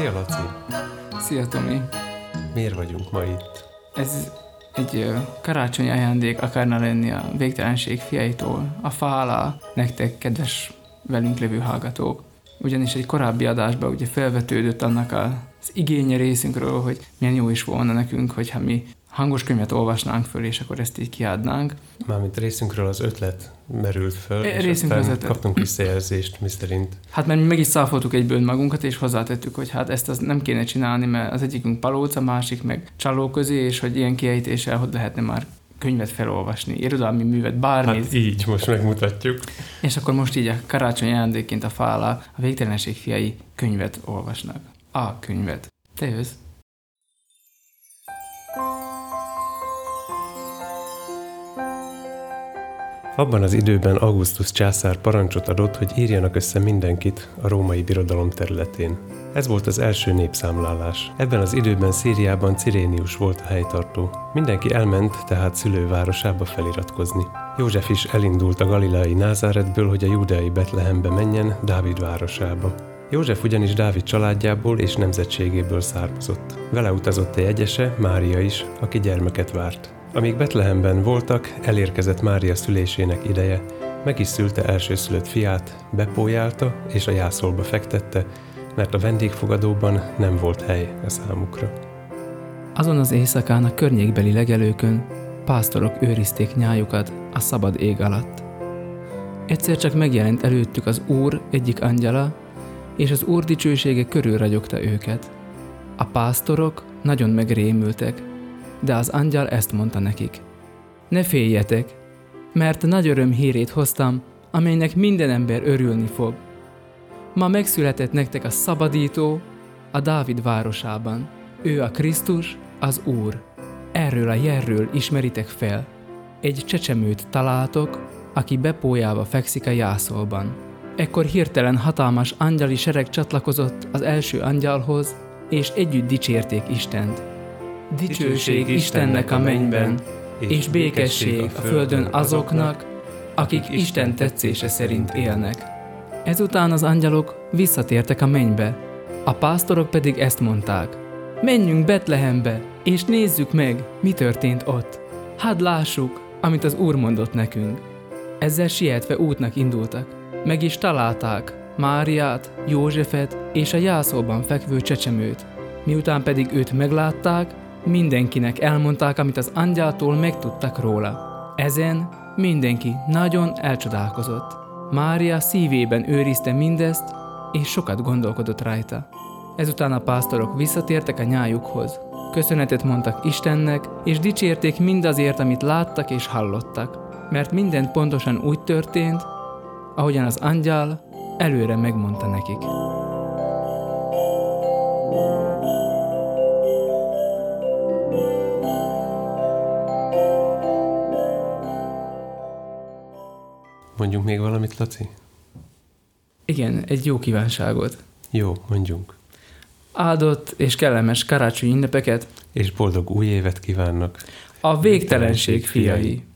Szia, Laci! Szia, Tomi! Miért vagyunk ma itt? Ez egy karácsonyi ajándék akarna lenni a Végtelenség fiaitól, a fa alá, nektek, kedves velünk lévő hallgatók. Ugyanis egy korábbi adásban ugye felvetődött annak az igénye részünkről, hogy milyen jó is volna nekünk, hogyha mi hangos könyvet olvasnánk föl, és akkor ezt így kiadnánk. Mármint részünkről az ötlet merült föl, és aztán kaptunk visszajelzést, miszerint. Hát mert mi meg is száfoltuk egyből magunkat, és hozzátettük, hogy hát ezt nem kéne csinálni, mert az egyikünk palóc, a másik meg csaló közé, és hogy ilyen kiejtéssel hogy lehetne már könyvet felolvasni, irodalmi művet, bármit. Hát így, most megmutatjuk. És akkor most így a karácsonyi ajándékként a fa alá a Végtelenség fiai könyvet olvasnak. A könyvet. Te jössz? Abban az időben Augustus császár parancsot adott, hogy írjanak össze mindenkit a római birodalom területén. Ez volt az első népszámlálás. Ebben az időben Szíriában Cirénius volt a helytartó. Mindenki elment tehát szülővárosába feliratkozni. József is elindult a galileai Názáretből, hogy a júdeai Betlehembe menjen, Dávid városába. József ugyanis Dávid családjából és nemzetségéből származott. Vele utazott egy jegyese, Mária is, aki gyermeket várt. Amíg Betlehemben voltak, elérkezett Mária szülésének ideje, meg is szülte elsőszülött fiát, bepójálta és a jászolba fektette, mert a vendégfogadóban nem volt hely a számukra. Azon az éjszakán a környékbeli legelőkön pásztorok őrizték nyájukat a szabad ég alatt. Egyszer csak megjelent előttük az Úr egyik angyala, és az Úr dicsősége körülragyogta őket. A pásztorok nagyon megrémültek, de az angyal ezt mondta nekik: ne féljetek, mert nagy öröm hírét hoztam, amelynek minden ember örülni fog. Ma megszületett nektek a szabadító a Dávid városában. Ő a Krisztus, az Úr. Erről a jelről ismeritek fel. Egy csecsemőt találtok, aki bepójálva fekszik a jászolban. Ekkor hirtelen hatalmas angyali sereg csatlakozott az első angyalhoz, és együtt dicsérték Istent. Dicsőség Istennek a mennyben, és békesség a földön azoknak, akik Isten tetszése szerint élnek. Ezután az angyalok visszatértek a mennybe, a pásztorok pedig ezt mondták: menjünk Betlehembe, és nézzük meg, mi történt ott. Hadd lássuk, amit az Úr mondott nekünk. Ezzel sietve útnak indultak, meg is találták Máriát, Józsefet és a jászolban fekvő csecsemőt. Miután pedig őt meglátták, mindenkinek elmondták, amit az angyaltól megtudtak róla. Ezen mindenki nagyon elcsodálkozott. Mária szívében őrizte mindezt, és sokat gondolkodott rajta. Ezután a pásztorok visszatértek a nyájukhoz. Köszönetet mondtak Istennek, és dicsérték mindazért, amit láttak és hallottak, mert minden pontosan úgy történt, ahogyan az angyal előre megmondta nekik. Mondjunk még valamit, Laci? Igen, egy jó kívánságot. Jó, mondjunk. Áldott és kellemes karácsonyi ünnepeket És boldog új évet kívánnak a Végtelenség fiai.